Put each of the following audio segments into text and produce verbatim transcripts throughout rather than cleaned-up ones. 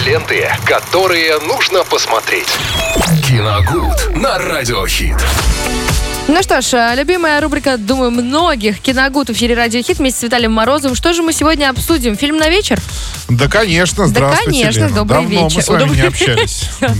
Ленты, которые нужно посмотреть. Киногуд на Радиохит. Ну что ж, любимая рубрика, думаю, многих, «Киногуд» в эфире «Радио Хит» вместе с Виталием Морозовым. Что же мы сегодня обсудим? Фильм на вечер? Да, конечно. Здравствуйте, Да, конечно. Лена. Добрый Давно вечер. мы с вами Добрый не общались.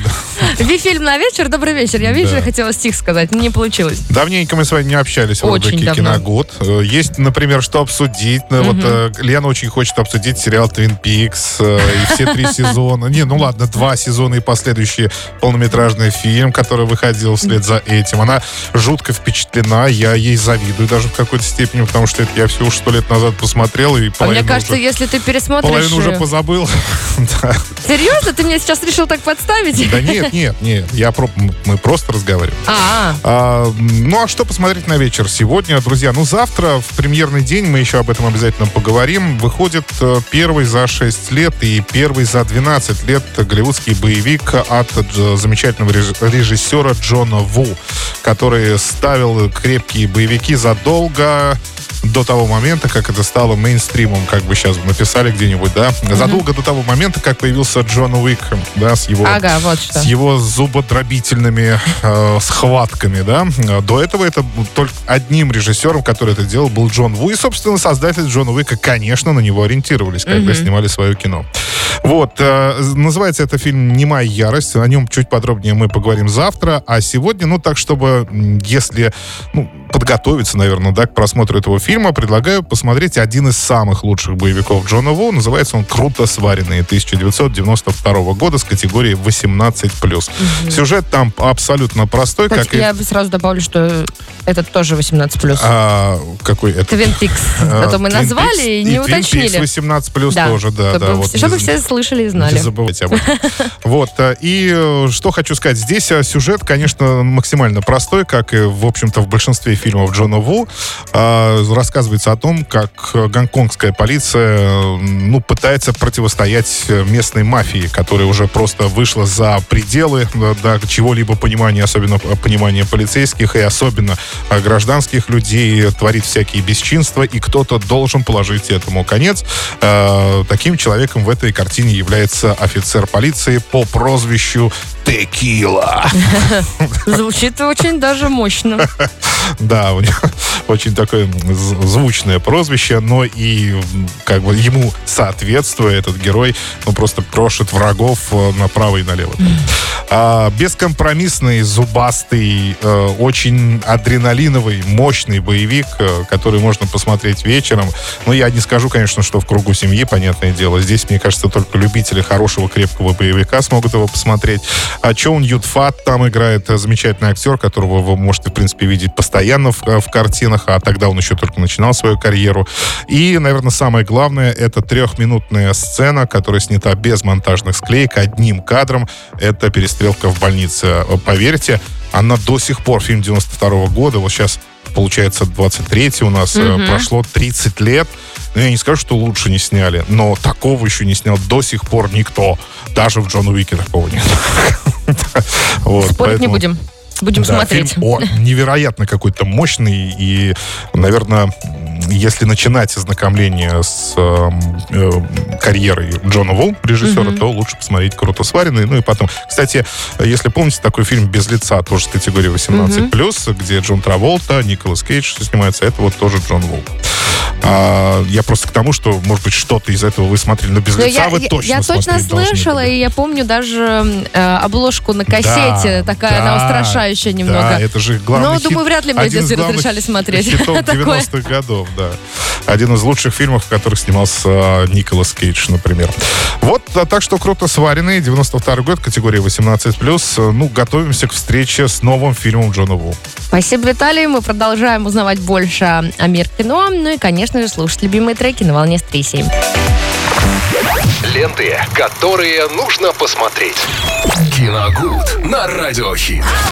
Фильм на вечер, добрый вечер. Я, видишь, Да. хотела стих сказать, но не получилось. Давненько мы с вами не общались в Очень рубрике давно. «Киногуд». Э, Есть, например, что обсудить. Ну, Вот э, Лена очень хочет обсудить сериал «Твин Пикс» э, и все три сезона. Не, ну ладно, два сезона и последующий полнометражный фильм, который выходил вслед за этим. Она жутко впечатлена. Я ей завидую даже в какой-то степени, потому что это я всего сто лет назад посмотрел и А половину мне кажется, уже, если ты пересмотришь... половину уже э, позабыл. Да. Серьезно? Ты меня сейчас решил так подставить? Да нет, нет, нет. Я про- мы просто разговариваем. А, А, ну, а что посмотреть на вечер сегодня, друзья? Ну, завтра, в премьерный день, мы еще об этом обязательно поговорим, выходит э, первый за шесть лет и первый за двенадцать лет голливудский боевик от э, замечательного реж- режиссера Джона Ву, который ставил крепкие боевики задолго до того момента, как это стало мейнстримом, как бы сейчас написали где-нибудь, да? Задолго до того момента, как появился Джон Уик, да, с его... ага, вот что. с его зубодробительными э, схватками, да. До этого это только одним режиссером, который это делал, был Джон Ву. И, собственно, создатели Джона Уика, конечно, на него ориентировались, когда Мгм. снимали свое кино. Вот. Э, называется это фильм «Немая ярость». О нем чуть подробнее мы поговорим завтра. А сегодня, ну, так, чтобы, м, если ну, подготовиться, наверное, да, к просмотру этого фильма, предлагаю посмотреть один из самых лучших боевиков Джона Ву. Называется он «Круто сваренный» тысяча девятьсот девяносто второго года с категории восемнадцать плюс. Сюжет там абсолютно простой, Кстати, как и... я бы сразу добавлю, что этот тоже восемнадцать плюс. А, какой это? Твин Пикс. А то мы Twin назвали Peaks и не Twin Peaks уточнили. восемнадцать плюс Да, тоже, да. чтобы, да вот, чтобы не- все слышали и Не знали. забывайте об этом. Вот. э, И э, что хочу сказать. Здесь э, сюжет, конечно, максимально простой, как и, в общем-то, в большинстве фильмов Джона Ву. А, Рассказывается о том, как э, гонконгская полиция э, ну, пытается противостоять э, местной мафии, которая уже просто вышла за пределы э, да, чего-либо понимания, особенно э, понимания полицейских и особенно э, гражданских людей, творит всякие бесчинства, и кто-то должен положить этому конец. Э, Таким человеком в этой картине является офицер полиции по прозвищу Текила. Звучит очень даже мощно. Да, у него очень такое з- звучное прозвище, но и м, как бы ему соответствуя этот герой, ну, просто крошит врагов э, направо и налево. А, бескомпромиссный, зубастый, э, очень адреналиновый, мощный боевик, э, который можно посмотреть вечером. Но я не скажу, конечно, что в кругу семьи, понятное дело. Здесь, мне кажется, только любители хорошего, крепкого боевика смогут его посмотреть. А Чоун Ют Фат там играет э, замечательный актер, которого вы можете, в принципе, видеть постоянно в, э, в картинах, а тогда он еще только начинал свою карьеру. И, наверное, самое главное, это трехминутная сцена, которая снята без монтажных склеек, одним кадром. Это перестрелка в больнице. Поверьте, она до сих пор, фильм девяносто второго года, вот сейчас получается двадцать третий у нас, Мгм. э, прошло тридцать лет. Ну, я не скажу, что лучше не сняли, но такого еще не снял до сих пор никто. Даже в Джон Уике такого нет. Вот, Спорить не поэтому- будем. Будем да, смотреть. фильм о, невероятно какой-то мощный. И, наверное, если начинать ознакомление с э, э, карьерой Джона Ву, режиссера, Мгм. то лучше посмотреть «Круто сваренный». Ну и потом... Кстати, если помните, такой фильм «Без лица», тоже с категории восемнадцать плюс, где Джон Траволта, Николас Кейдж снимается, это вот тоже Джон Ву. А, я просто к тому, что, может быть, что-то из этого вы смотрели, но «Без Но лица» я, вы я- точно я точно смотреть должны слышала, были. и я помню даже э, обложку на кассете, Да, такая, да, она устрашающая немного. Да, это же главный Но, хит. думаю, вряд ли мне в один из детстве главных разрешали смотреть хитов такое. девяностых годов, да. Один из лучших фильмов, в которых снимался э, Николас Кейдж, например. Вот, а, так что «Круто сваренный», девяносто второй год, категория восемнадцать плюс. Ну, готовимся к встрече с новым фильмом Джона Ву. Спасибо, Виталий. Мы продолжаем узнавать больше о мир кино. Ну и, конечно же, слушать любимые треки на волне сто три семь. Ленты, которые нужно посмотреть. Киногуд на Радиохит.